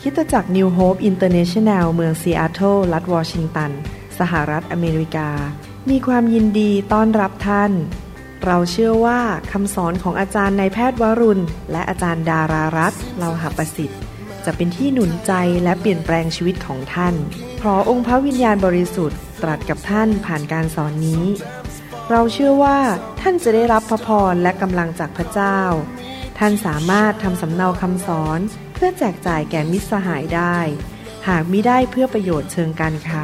คริสตจักร New Hope International เมืองซีแอตเทิลรัฐวอชิงตันสหรัฐอเมริกามีความยินดีต้อนรับท่านเราเชื่อว่าคำสอนของอาจารย์นายแพทย์วรุณและอาจารย์ดารารัตน์เลาหประสิทธิ์จะเป็นที่หนุนใจและเปลี่ยนแปลงชีวิตของท่านขอองค์พระวิญญาณบริสุทธิ์ตรัสกับท่านผ่านการสอนนี้เราเชื่อว่าท่านจะได้รับพระพรและกำลังจากพระเจ้าท่านสามารถทำสำเนาคำสอนเพื่อแจกจ่ายแก่มิตรสหายได้หากมิได้เพื่อประโยชน์เชิงการค้า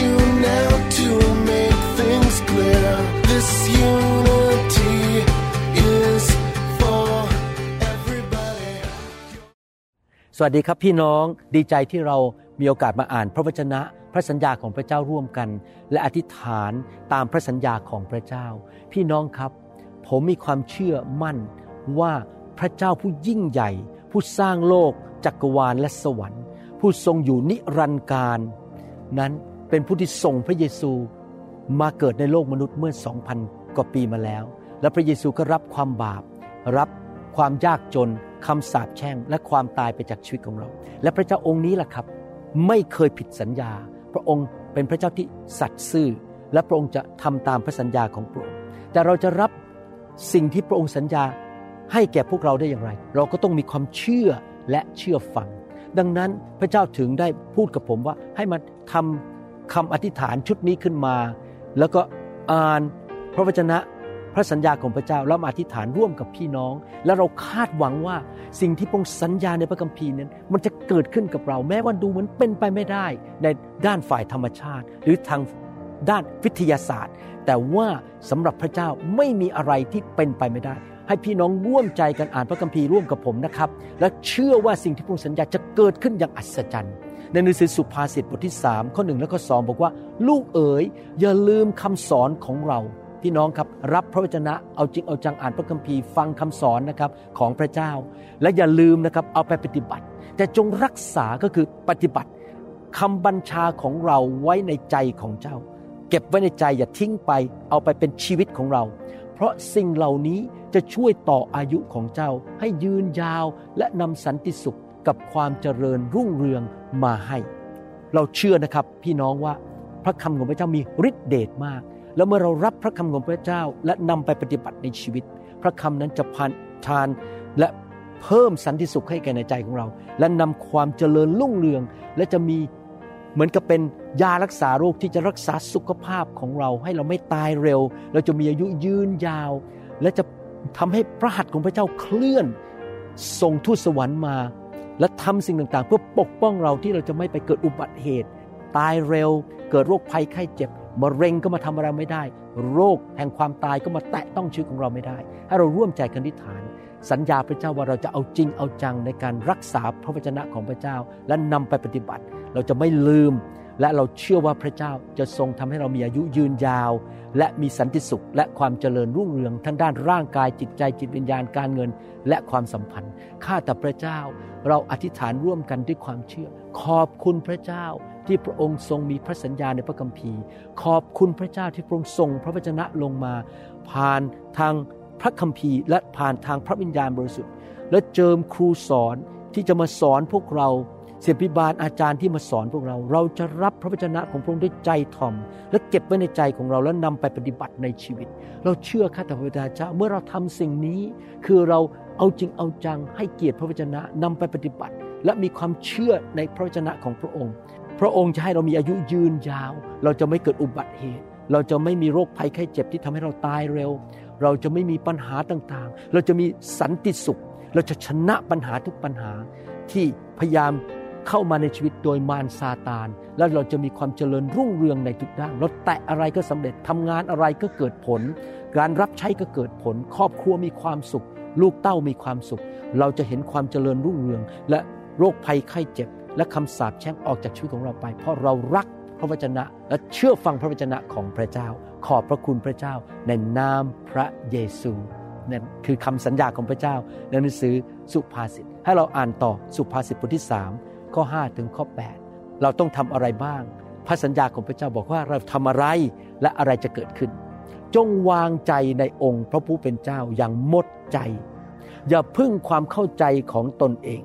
สวัสดีครับพี่น้องดีใจที่เรามีโอกาสมาอ่านพระวจนะพระสัญญาของพระเจ้าร่วมกันและอธิษฐานตามพระสัญญาของพระเจ้าพี่น้องครับผมมีความเชื่อมั่นว่าพระเจ้าผู้ยิ่งใหญ่ผู้สร้างโลกจักรวาลและสวรรค์ผู้ทรงอยู่นิรันดร์กาลนั้นเป็นผู้ที่ส่งพระเยซูมาเกิดในโลกมนุษย์เมื่อ 2,000 กว่าปีมาแล้วและพระเยซูก็รับความบาปรับความยากจนคำสาปแช่งและความตายไปจากชีวิตของเราและพระเจ้าองค์นี้ล่ะครับไม่เคยผิดสัญญาพระองค์เป็นพระเจ้าที่สัตย์ซื่อและพระองค์จะทำตามพระสัญญาของพระองค์แต่เราจะรับสิ่งที่พระองค์สัญญาให้แก่พวกเราได้อย่างไรเราก็ต้องมีความเชื่อและเชื่อฟังดังนั้นพระเจ้าถึงได้พูดกับผมว่าให้มาทำคำอธิษฐานชุดนี้ขึ้นมาแล้วก็อ่านพระวจนะพระสัญญาของพระเจ้าแล้วมาอธิษฐานร่วมกับพี่น้องและเราคาดหวังว่าสิ่งที่พระองค์สัญญาในพระคัมภีร์นั้นมันจะเกิดขึ้นกับเราแม้ว่าดูเหมือนเป็นไปไม่ได้ในด้านฝ่ายธรรมชาติหรือทางด้านวิทยาศาสตร์แต่ว่าสำหรับพระเจ้าไม่มีอะไรที่เป็นไปไม่ได้ให้พี่น้องร่วมใจกันอ่านพระคัมภีร์ร่วมกับผมนะครับและเชื่อว่าสิ่งที่พระองค์สัญญาจะเกิดขึ้นอย่างอัศจรรย์ในหนังสือสุภาษิตบทที่3ข้อ1และข้อ2บอกว่าลูกเอ๋ยอย่าลืมคำสอนของเราพี่น้องครับรับพระวจนะเอาจริงเอาจังอ่านพระคัมภีร์ฟังคำสอนนะครับของพระเจ้าและอย่าลืมนะครับเอาไปปฏิบัติแต่จงรักษาก็คือปฏิบัติคำบัญชาของเราไว้ในใจของเจ้าเก็บไว้ในใจอย่าทิ้งไปเอาไปเป็นชีวิตของเราเพราะสิ่งเหล่านี้จะช่วยต่ออายุของเจ้าให้ยืนยาวและนำสันติสุขกับความเจริญรุ่งเรืองมาให้เราเชื่อนะครับพี่น้องว่าพระคำของพระเจ้ามีฤทธิ์เดชมากแล้วเมื่อเรารับพระคำของพระเจ้าและนำไปปฏิบัติในชีวิตพระคำนั้นจะทานและเพิ่มสันติสุขให้แก่ในใจของเราและนำความเจริญรุ่งเรืองและจะมีเหมือนกับเป็นยารักษาโรคที่จะรักษาสุขภาพของเราให้เราไม่ตายเร็วเราจะมีอายุยืนยาวและจะทำให้พระหัตถ์ของพระเจ้าเคลื่อนส่งทูตสวรรค์มาและทำสิ่งต่างๆเพื่อปกป้องเราที่เราจะไม่ไปเกิดอุบัติเหตุตายเร็วเกิดโรคภัยไข้เจ็บมะเร็งก็มาทำอะไรไม่ได้โรคแห่งความตายก็มาแตะต้องชีวิตของเราไม่ได้ให้เราร่วมใจกันอธิษฐานสัญญาพระเจ้าว่าเราจะเอาจริงเอาจังในการรักษาพระวจนะของพระเจ้าและนำไปปฏิบัติเราจะไม่ลืมและเราเชื่อว่าพระเจ้าจะทรงทำให้เรามีอายุยืนยาวและมีสันติสุขและความเจริญรุ่งเรืองทั้งด้านร่างกายจิตใจจิตวิญญาณการเงินและความสัมพันธ์ข้าแต่พระเจ้าเราอธิษฐานร่วมกันด้วยความเชื่อขอบคุณพระเจ้าที่พระองค์ทรงมีพระสัญญาในพระคัมภีร์ขอบคุณพระเจ้าที่พระองค์ทรงพระวจนะลงมาผ่านทางพระคัมภีร์และผ่านทางพระวิญญาณบริสุทธิ์และเจิมครูสอนที่จะมาสอนพวกเราศิษยาภิบาลอาจารย์ที่มาสอนพวกเราเราจะรับพระวจนะของพระองค์ด้วยใจถ่อมและเก็บไว้ในใจของเราแล้วนำไปปฏิบัติในชีวิตเราเชื่อข้าแต่พระบิดาเจ้าเมื่อเราทำสิ่งนี้คือเราเอาจริงเอาจังให้เกียรติพระวจนะนำไปปฏิบัติและมีความเชื่อในพระวจนะของพระองค์พระองค์จะให้เรามีอายุยืนยาวเราจะไม่เกิดอุบัติเหตุเราจะไม่มีโรคภัยไข้เจ็บที่ทำให้เราตายเร็วเราจะไม่มีปัญหาต่างๆเราจะมีสันติสุขเราจะชนะปัญหาทุกปัญหาที่พยายามเข้ามาในชีวิตโดยมารซาตานแล้วเราจะมีความเจริญรุ่งเรืองในทุกด้านเราแตะอะไรก็สำเร็จทำงานอะไรก็เกิดผลการรับใช้ก็เกิดผลครอบครัวมีความสุขลูกเต้ามีความสุขเราจะเห็นความเจริญรุ่งเรืองและโรคภัยไข้เจ็บและคำสาปแช่งออกจากชีวิตของเราไปเพราะเรารักพระวจนะและเชื่อฟังพระวจนะของพระเจ้าขอบพระคุณพระเจ้าในนามพระเยซูนั่นคือคำสัญญาของพระเจ้าในหนังสือสุภาษิตให้เราอ่านต่อสุภาษิตบทที่3ข้อ5ถึงข้อ8เราต้องทำอะไรบ้างพระสัญญาของพระเจ้าบอกว่าเราทำอะไรและอะไรจะเกิดขึ้นจงวางใจในองค์พระผู้เป็นเจ้าอย่างหมดใจอย่าพึ่งความเข้าใจของตนเอง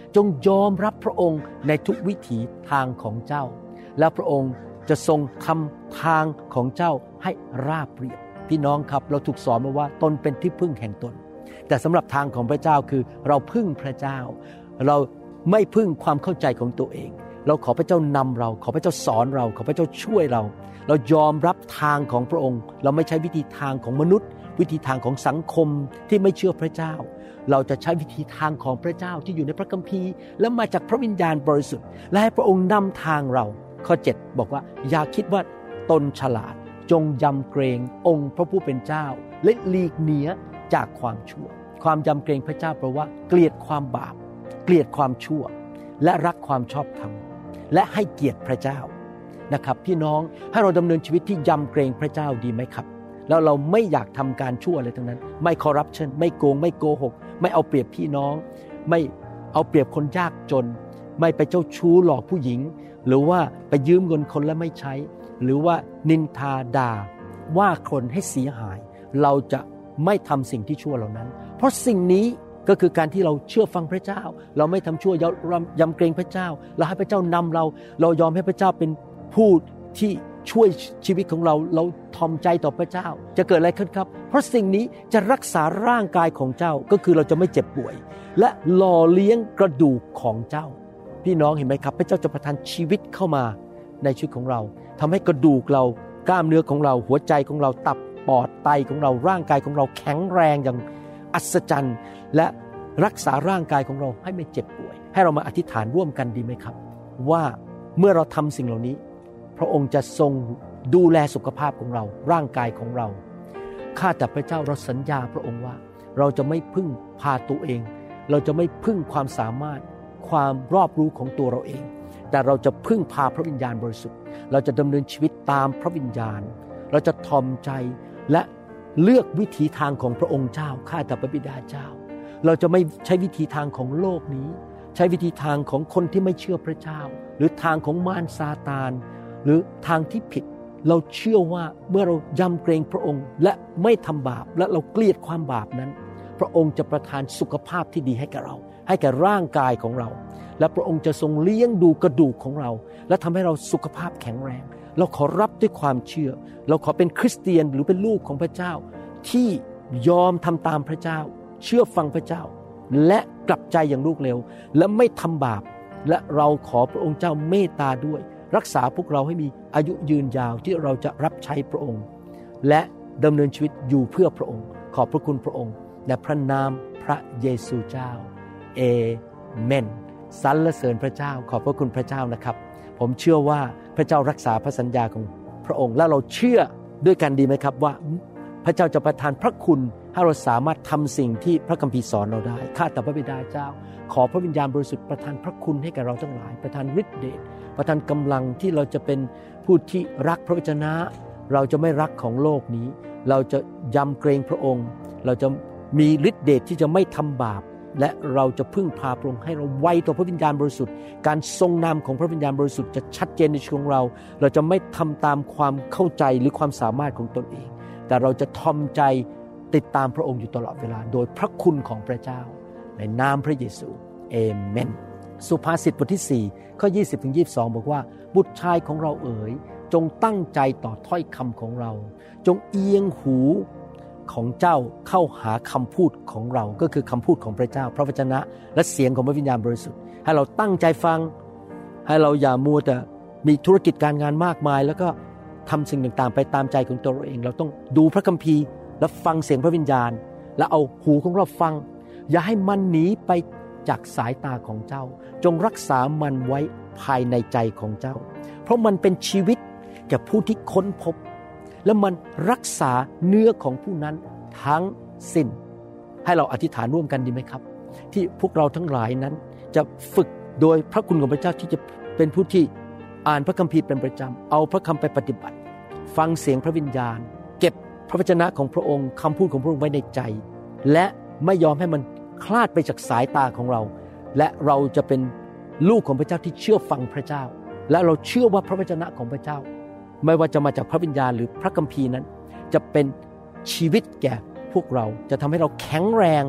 จงยอมรับพระองค์ในทุกวิถีทางของเจ้าแล้วพระองค์จะทรงทำทางของเจ้าให้ราบเรียบพี่น้องครับเราถูกสอนมาว่าตนเป็นที่พึ่งแห่งตนแต่สำหรับทางของพระเจ้าคือเราพึ่งพระเจ้าเราไม่พึ่งความเข้าใจของตัวเองเราขอพระเจ้านำเราขอพระเจ้าสอนเราขอพระเจ้าช่วยเรายอมรับทางของพระองค์เราไม่ใช้วิธีทางของมนุษย์วิธีทางของสังคมที่ไม่เชื่อพระเจ้าเราจะใช้วิธีทางของพระเจ้าที่อยู่ในพระคัมภีร์และมาจากพระวิญญาณบริสุทธิ์และให้พระองค์นำทางเราข้อ7บอกว่าอย่าคิดว่าตนฉลาดจงยำเกรงองค์พระผู้เป็นเจ้าและหลีกหนีจากความชั่วความยำเกรงพระเจ้าแปลว่าเกลียดความบาปเกลียดความชั่วและรักความชอบธรรมและให้เกียรติพระเจ้านะครับพี่น้องให้เราดำเนินชีวิตที่ยำเกรงพระเจ้าดีไหมครับแล้วเราไม่อยากทำการชั่วอะไรทั้งนั้นไม่คอร์รัปชันไม่โกงไม่โกหกไม่เอาเปรียบพี่น้องไม่เอาเปรียบคนยากจนไม่ไปเจ้าชู้หลอกผู้หญิงหรือว่าไปยืมเงินคนแล้วไม่ใช้หรือว่านินทาด่าว่าคนให้เสียหายเราจะไม่ทำสิ่งที่ชั่วเหล่านั้นเพราะสิ่งนี้ก็คือการที่เราเชื่อฟังพระเจ้าเราไม่ทำชั่วยำเกรงพระเจ้าเราให้พระเจ้านำเรายอมให้พระเจ้าเป็นผู้ที่ช่วยชีวิตของเราทอมใจต่อพระเจ้าจะเกิดอะไรขึ้นครับเพราะสิ่งนี้จะรักษาร่างกายของเจ้าก็คือเราจะไม่เจ็บป่วยและหล่อเลี้ยงกระดูกของเจ้าพี่น้องเห็นไหมครับพระเจ้าจะประทานชีวิตเข้ามาในชีวิตของเราทำให้กระดูกเรากล้ามเนื้อของเราหัวใจของเราตับปอดไตของเราร่างกายของเราแข็งแรงอย่างอัศจรรย์และรักษาร่างกายของเราให้ไม่เจ็บป่วยให้เรามาอธิษฐานร่วมกันดีไหมครับว่าเมื่อเราทำสิ่งเหล่านี้พระองค์จะทรงดูแลสุขภาพของเราร่างกายของเราข้าแต่พระเจ้าเราสัญญาพระองค์ว่าเราจะไม่พึ่งพาตัวเองเราจะไม่พึ่งความสามารถความรอบรู้ของตัวเราเองแต่เราจะพึ่งพาพระวิญญาณบริสุทธิ์เราจะดำเนินชีวิตตามพระวิญญาณเราจะทอมใจและเลือกวิถีทางของพระองค์เจ้าข้าแต่พระบิดาเจ้าเราจะไม่ใช้วิธีทางของโลกนี้ใช้วิธีทางของคนที่ไม่เชื่อพระเจ้าหรือทางของมารซาตานหรือทางที่ผิดเราเชื่อว่าเมื่อเรายำเกรงพระองค์และไม่ทำบาปและเราเกลียดความบาปนั้นพระองค์จะประทานสุขภาพที่ดีให้แก่เราให้แก่ร่างกายของเราและพระองค์จะทรงเลี้ยงดูกระดูกของเราและทำให้เราสุขภาพแข็งแรงเราขอรับด้วยความเชื่อเราขอเป็นคริสเตียนหรือเป็นลูกของพระเจ้าที่ยอมทำตามพระเจ้าเชื่อฟังพระเจ้าและกลับใจอย่างลูกเร็วและไม่ทำบาปและเราขอพระองค์เจ้าเมตตาด้วยรักษาพวกเราให้มีอายุยืนยาวที่เราจะรับใช้พระองค์และดำเนินชีวิตอยู่เพื่อพระองค์ขอบพระคุณพระองค์ในพระนามพระเยซูเจ้าเอเมนสรรเสริญพระเจ้าขอบพระคุณพระเจ้านะครับผมเชื่อว่าพระเจ้ารักษาพระสัญญาของพระองค์และเราเชื่อด้วยกันดีไหมครับว่าพระเจ้าจะประทานพระคุณให้เราสามารถทำสิ่งที่พระคัมภีร์สอนเราได้ข้าแต่พระบิดาเจ้าขอพระวิญญาณบริสุทธิ์ประทานพระคุณให้แก่เราทั้งหลายประทานฤทธิ์เดชประทานกำลังที่เราจะเป็นผู้ที่รักพระวจนะเราจะไม่รักของโลกนี้เราจะยำเกรงพระองค์เราจะมีฤทธิ์เดชที่จะไม่ทำบาปและเราจะพึ่งพาพระองค์ให้เราไวต่อพระวิญญาณบริสุทธิ์การทรงนำของพระวิญญาณบริสุทธิ์จะชัดเจนในชีวิตของเราจะไม่ทำตามความเข้าใจหรือความสามารถของตนเองแต่เราจะทอมใจติดตามพระองค์อยู่ตลอดเวลาโดยพระคุณของพระเจ้าในนามพระเยซูเอเมนสุภาษิตบทที่4ข้อ 20-22 บอกว่าบุตรชายของเราเอ๋ยจงตั้งใจต่อถ้อยคำของเราจงเอียงหูของเจ้าเข้าหาคำพูดของเราก็คือคำพูดของพระเจ้าพระวจนะและเสียงของพระวิญญาณบริสุทธิ์ให้เราตั้งใจฟังให้เราอย่ามัวแต่มีธุรกิจการงานมากมายแล้วก็ทำสิ่งต่างๆไปตามใจของตัวเราเองเราต้องดูพระคัมภีร์และฟังเสียงพระวิญญาณและเอาหูของเราฟังอย่าให้มันหนีไปจากสายตาของเจ้าจงรักษามันไว้ภายในใจของเจ้าเพราะมันเป็นชีวิตแก่ผู้ที่ค้นพบและมันรักษาเนื้อของผู้นั้นทั้งสิ้นให้เราอธิษฐานร่วมกันดีไหมครับที่พวกเราทั้งหลายนั้นจะฝึกโดยพระคุณของพระเจ้าที่จะเป็นผู้ที่อ่านพระคัมภีร์เป็นประจำเอาพระคำไปปฏิบัติฟังเสียงพระวิญญาณเก็บพระวจนะของพระองค์คำพูดของพระองค์ไว้ในใจและไม่ยอมให้มันคลาดไปจากสายตาของเราและเราจะเป็นลูกของพระเจ้าที่เชื่อฟังพระเจ้าและเราเชื่อว่าพระวจนะของพระเจ้าไม่ว่าจะมาจากพระวิญญาณหรือพระคัมภีร์นั้นจะเป็นชีวิตแก่พวกเราจะทำให้เราแข็งแรง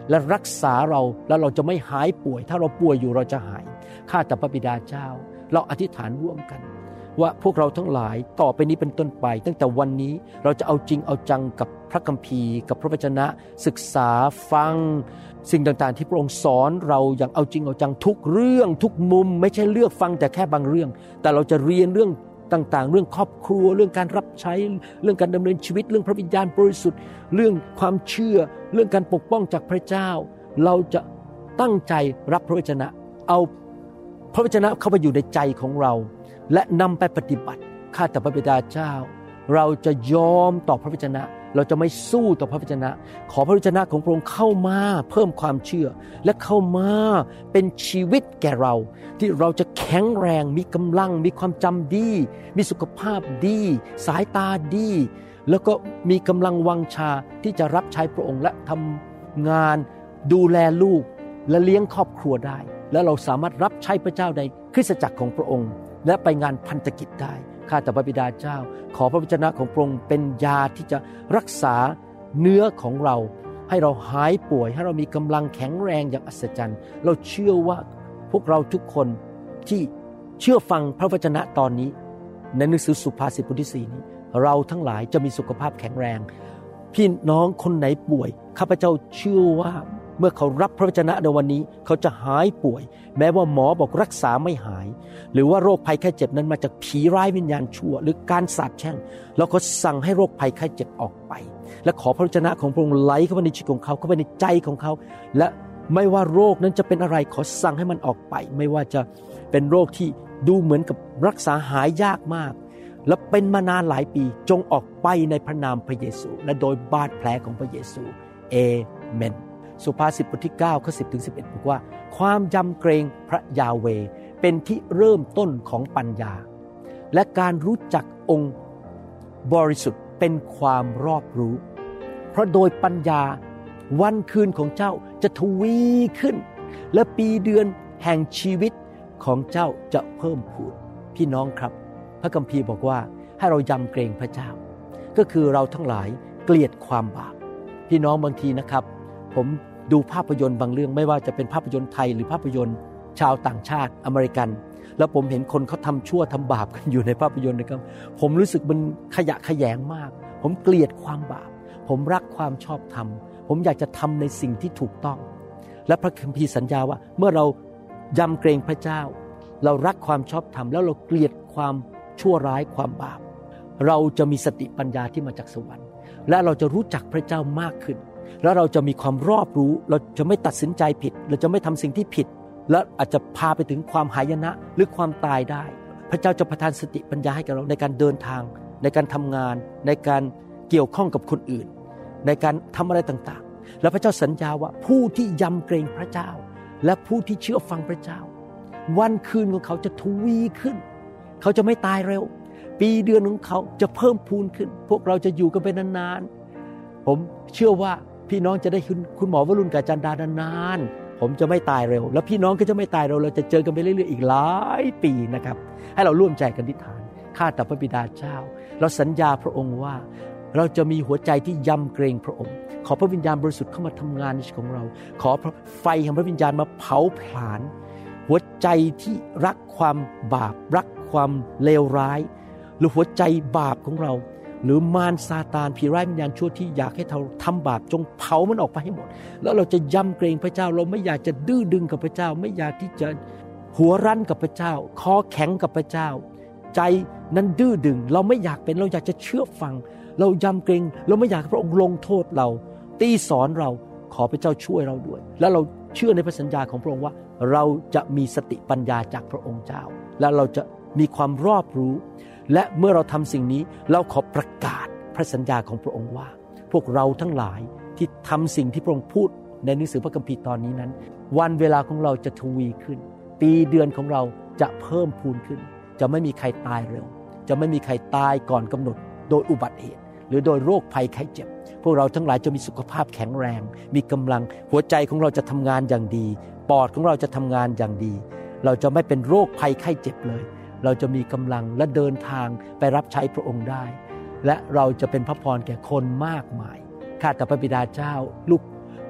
และรักษาเราแล้วเราจะไม่หายป่วยถ้าเราป่วยอยู่เราจะหายข้าแต่พระบิดาเจ้าเราอธิษฐานร่วมกันว่าพวกเราทั้งหลายต่อไปนี้เป็นต้นไปตั้งแต่วันนี้เราจะเอาจริงเอาจังกับพระคัมภีร์กับพระวจนะศึกษาฟังสิ่งต่างๆที่พระองค์สอนเราอย่างเอาจริงเอาจังทุกเรื่องทุกมุมไม่ใช่เลือกฟังแต่แค่บางเรื่องแต่เราจะเรียนเรื่องต่างๆเรื่องครอบครัวเรื่องการรับใช้เรื่องการดำเนินชีวิตเรื่องพระวิญญาณบริสุทธิ์เรื่องความเชื่อเรื่องการปกป้องจากพระเจ้าเราจะตั้งใจรับพระวจนะเอาพระวจนะเข้าไปอยู่ในใจของเราและนำไปปฏิบัติข้าแต่พระบิดาเจ้าเราจะยอมต่อพระวจนะเราจะไม่สู้ต่อพระวจนะขอพระวจนะของพระองค์เข้ามาเพิ่มความเชื่อและเข้ามาเป็นชีวิตแก่เราที่เราจะแข็งแรงมีกำลังมีความจำดีมีสุขภาพดีสายตาดีแล้วก็มีกำลังวังชาที่จะรับใช้พระองค์และทำงานดูแลลูกและเลี้ยงครอบครัวได้และเราสามารถรับใช้พระเจ้าในคริสตจักรของพระองค์และไปงานพันธกิจได้ข้าแต่พระบิดาเจ้าขอพระวจนะของพระองค์เป็นยาที่จะรักษาเนื้อของเราให้เราหายป่วยให้เรามีกำลังแข็งแรงอย่างอัศจรรย์เราเชื่อว่าพวกเราทุกคนที่เชื่อฟังพระวจนะตอนนี้ในหนังสือสุภาษิตบทที่4นี้เราทั้งหลายจะมีสุขภาพแข็งแรงพี่น้องคนไหนป่วยข้าพเจ้าเชื่อว่าเมื่อเขารับพระวจนะในวันนี้เขาจะหายป่วยแม้ว่าหมอบอกรักษาไม่หายหรือว่าโรคภัยไข้เจ็บนั้นมาจากผีร้ายวิญญาณชั่วหรือการสาปแช่งแล้วก็สั่งให้โรคภัยไข้เจ็บออกไปและขอพระวจนะของพระองค์ไหลเข้าไปในชีวิตของเขาเข้าไปในใจของเขาและไม่ว่าโรคนั้นจะเป็นอะไรขอสั่งให้มันออกไปไม่ว่าจะเป็นโรคที่ดูเหมือนกับรักษาหายยากมากและเป็นมานานหลายปีจงออกไปในพระนามพระเยซูและโดยบาดแผลของพระเยซูเอเมนสุภาษิตบทที่9ข้อ10ถึง11บอกว่าความยำเกรงพระยาเวห์เป็นที่เริ่มต้นของปัญญาและการรู้จักองค์บริสุทธิ์เป็นความรอบรู้เพราะโดยปัญญาวันคืนของเจ้าจะทวีขึ้นและปีเดือนแห่งชีวิตของเจ้าจะเพิ่มพูนพี่น้องครับพระคัมภีร์บอกว่าให้เรายำเกรงพระเจ้าก็คือเราทั้งหลายเกลียดความบาปพี่น้องบางทีนะครับผมดูภาพยนตร์บางเรื่องไม่ว่าจะเป็นภาพยนตร์ไทยหรือภาพยนตร์ชาวต่างชาติอเมริกันแล้วผมเห็นคนเขาทำชั่วทำบาปกันอยู่ในภาพยนตร์นะครับผมรู้สึกมันขยะแขยงมากผมเกลียดความบาปผมรักความชอบธรรมผมอยากจะทำในสิ่งที่ถูกต้องและพระคัมภีร์สัญญาว่าเมื่อเรายำเกรงพระเจ้าเรารักความชอบธรรมแล้วเราเกลียดความชั่วร้ายความบาปเราจะมีสติปัญญาที่มาจากสวรรค์และเราจะรู้จักพระเจ้ามากขึ้นแล้วเราจะมีความรอบรู้เราจะไม่ตัดสินใจผิดเราจะไม่ทำสิ่งที่ผิดและอาจจะพาไปถึงความหายนะหรือความตายได้พระเจ้าจะประทานสติปัญญาให้กับเราในการเดินทางในการทำงานในการเกี่ยวข้องกับคนอื่นในการทำอะไรต่างๆแล้วพระเจ้าสัญญาว่าผู้ที่ยำเกรงพระเจ้าและผู้ที่เชื่อฟังพระเจ้าวันคืนของเขาจะทวีขึ้นเขาจะไม่ตายเร็วปีเดือนของเขาจะเพิ่มพูนขึ้นพวกเราจะอยู่กันไปนานๆผมเชื่อว่าพี่น้องจะได้คุณหมอวรุณกับอาจารย์ดานานๆผมจะไม่ตายเร็วแล้วพี่น้องก็จะไม่ตายเร็วเราจะเจอกันไปเรื่อยๆอีกหลายปีนะครับให้เราร่วมใจกันอธิษฐานข้าแต่พระบิดาเจ้าเราสัญญาพระองค์ว่าเราจะมีหัวใจที่ยำเกรงพระองค์ขอพระวิญญาณบริสุทธิ์เข้ามาทำงานในชีวิตของเราขอไฟแห่งพระวิญญาณมาเผาผลาญหัวใจที่รักความบาปรักความเลวร้ายหรือหัวใจบาปของเราหรือมารซาตานผีร้ายวิญญาณชั่วที่อยากให้เราทำบาปจงเผามันออกไปให้หมดแล้วเราจะยำเกรงพระเจ้าเราไม่อยากจะดื้อดึงกับพระเจ้าไม่อยากที่จะหัวรั้นกับพระเจ้าคอแข็งกับพระเจ้าใจนั้นดื้อดึงเราไม่อยากเป็นเราอยากจะเชื่อฟังเรายำเกรงเราไม่อยากให้พระองค์ลงโทษเราตีสอนเราขอพระเจ้าช่วยเราด้วยแล้วเราเชื่อในพระสัญญาของพระองค์ว่าเราจะมีสติปัญญาจากพระองค์เจ้าและเราจะมีความรอบรู้และเมื่อเราทำสิ่งนี้เราขอประกาศพระสัญญาของพระองค์ว่าพวกเราทั้งหลายที่ทำสิ่งที่พระองค์พูดในหนังสือพระคัมภีร์ตอนนี้นั้นวันเวลาของเราจะทวีขึ้นปีเดือนของเราจะเพิ่มพูนขึ้นจะไม่มีใครตายเร็วจะไม่มีใครตายก่อนกำหนดโดยอุบัติเหตุหรือโดยโรคภัยไข้เจ็บพวกเราทั้งหลายจะมีสุขภาพแข็งแรงมีกำลังหัวใจของเราจะทำงานอย่างดีปอดของเราจะทำงานอย่างดีเราจะไม่เป็นโรคภัยไข้เจ็บเลยเราจะมีกำลังและเดินทางไปรับใช้พระองค์ได้และเราจะเป็นพระพรแก่คนมากมายข้าแต่พระบิดาเจ้าลูก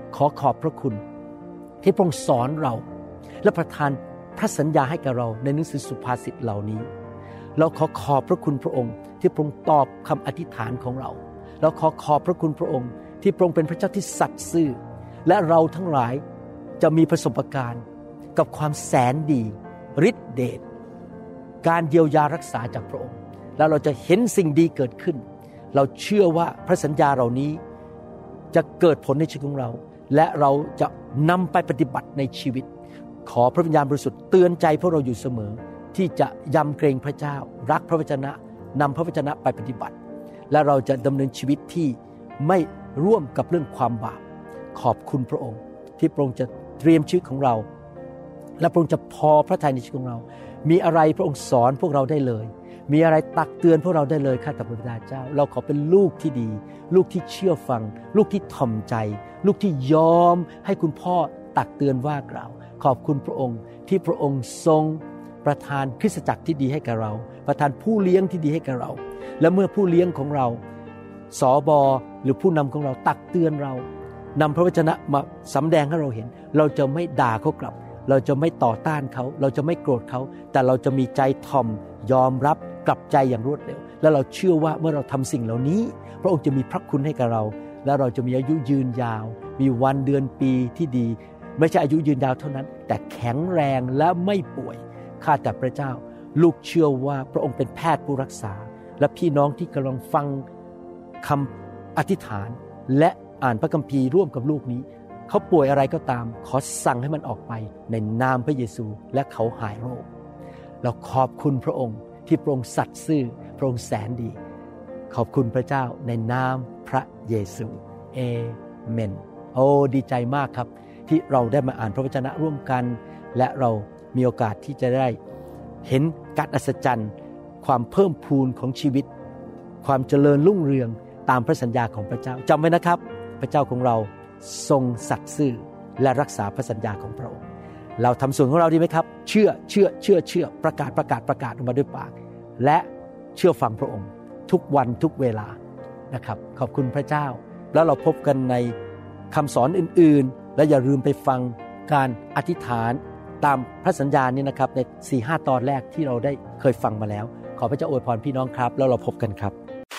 ขอขอบพระคุณที่พระองค์สอนเราและประทานพระสัญญาให้กับเราในหนังสือสุภาษิตเหล่านี้เราขอขอบพระคุณพระองค์ที่พระองค์ตอบคำอธิษฐานของเราเราขอขอบพระคุณพระองค์ที่พระองค์เป็นพระเจ้าที่สัตย์ซื่อและเราทั้งหลายจะมีประสบการณ์กับความแสนดีฤทธิเดชการเยียวยารักษาจากพระองค์แล้วเราจะเห็นสิ่งดีเกิดขึ้นเราเชื่อว่าพระสัญญาเหล่านี้จะเกิดผลในชีวิตของเราและเราจะนำไปปฏิบัติในชีวิตขอพระวิญญาณบริสุทธิ์เตือนใจพวกเราอยู่เสมอที่จะยำเกรงพระเจ้ารักพระวจนะนำพระวจนะไปปฏิบัติและเราจะดำเนินชีวิตที่ไม่ร่วมกับเรื่องความบาปขอบคุณพระองค์ที่พระองค์จะเตรียมชีวิตของเราและพระองค์จะพอพระทัยในชีวิตของเรามีอะไรพระองค์สอนพวกเราได้เลยมีอะไรตักเตือนพวกเราได้เลยข้าแต่พระบิดาเจ้าเราขอเป็นลูกที่ดีลูกที่เชื่อฟังลูกที่ถ่อมใจลูกที่ยอมให้คุณพ่อตักเตือนว่ากล่าวขอบคุณพระองค์ที่พระองค์ทรงประทานคริสตจักรที่ดีให้กับเราประทานผู้เลี้ยงที่ดีให้กับเราและเมื่อผู้เลี้ยงของเราสบหรือผู้นำของเราตักเตือนเรานำพระวจนะมาสำแดงให้เราเห็นเราจะไม่ด่าเขากลับเราจะไม่ต่อต้านเขาเราจะไม่โกรธเขาแต่เราจะมีใจถ่อมยอมรับกลับใจอย่างรวดเร็วและเราเชื่อว่าเมื่อเราทำสิ่งเหล่านี้พระองค์จะมีพระคุณให้กับเราและเราจะมีอายุยืนยาวมีวันเดือนปีที่ดีไม่ใช่อายุยืนยาวเท่านั้นแต่แข็งแรงและไม่ป่วยข้าแต่พระเจ้าลูกเชื่อว่าพระองค์เป็นแพทย์ผู้รักษาและพี่น้องที่กำลังฟังคำอธิษฐานและอ่านพระคัมภีร์ร่วมกับลูกนี้เขาป่วยอะไรก็ตามขอสั่งให้มันออกไปในนามพระเยซูและเขาหายโรคเราขอบคุณพระองค์ที่พระองค์สัตย์ซื่อพระองค์แสนดีขอบคุณพระเจ้าในนามพระเยซูเอเมนโอ้ดีใจมากครับที่เราได้มาอ่านพระวจนะร่วมกันและเรามีโอกาสที่จะได้เห็นการอัศจรรย์ความเพิ่มพูนของชีวิตความเจริญรุ่งเรืองตามพระสัญญาของพระเจ้าจำไว้นะครับพระเจ้าของเราทรงสัตย์ซื่อและรักษาพระสัญญาของพระองค์เราทำส่วนของเราดีไหมครับเชื่อประกาศออกมาด้วยปากและเชื่อฟังพระองค์ทุกวันทุกเวลานะครับขอบคุณพระเจ้าแล้วเราพบกันในคำสอนอื่นๆและอย่าลืมไปฟังการอธิษฐานตามพระสัญญานี้นะครับใน 4-5 ตอนแรกที่เราได้เคยฟังมาแล้วขอพระเจ้าอวยพรพี่น้องครับแล้วเราพบกันครับ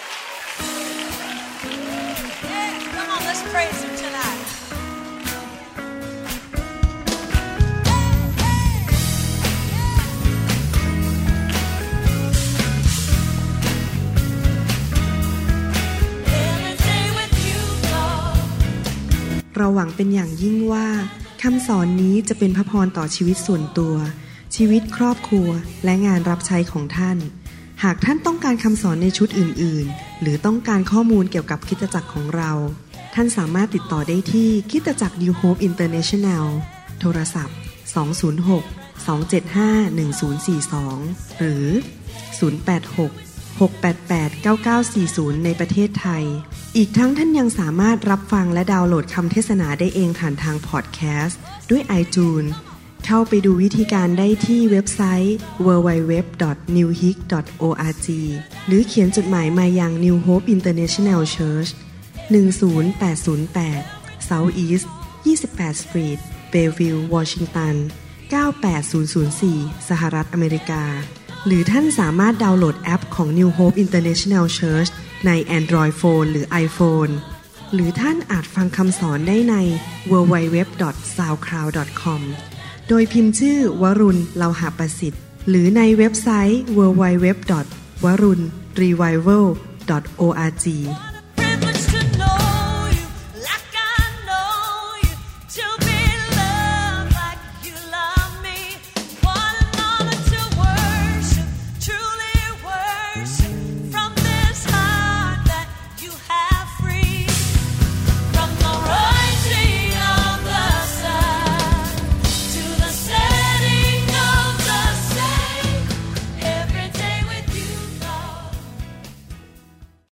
เราหวังเป็นอย่างยิ่งว่าคำสอนนี้จะเป็นพระพรต่อชีวิตส่วนตัวชีวิตครอบครัวและงานรับใช้ของท่านหากท่านต้องการคำสอนในชุดอื่นๆหรือต้องการข้อมูลเกี่ยวกับคริสตจักรของเราท่านสามารถติดต่อได้ที่คริสตจักร New Hope International โทรศัพท์206-275-1042หรือ086-688-9940ในประเทศไทยอีกทั้งท่านยังสามารถรับฟังและดาวน์โหลดคำเทศนาได้เองผ่านทางพอดแคสต์ด้วย iTunes เข้าไปดูวิธีการได้ที่เว็บไซต์ www.newhope.org หรือเขียนจดหมายมายัง New Hope International Church 10808 South East 28 Street Bellevue Washington 98004 สหรัฐอเมริกาหรือท่านสามารถดาวน์โหลดแอปของ New Hope International Church ใน Android Phone หรือ iPhone หรือท่านอาจฟังคำสอนได้ใน www.soundcloud.com โดยพิมพ์ชื่อวรุณ เลาหะประสิทธิ์หรือในเว็บไซต์ www.warunrevival.org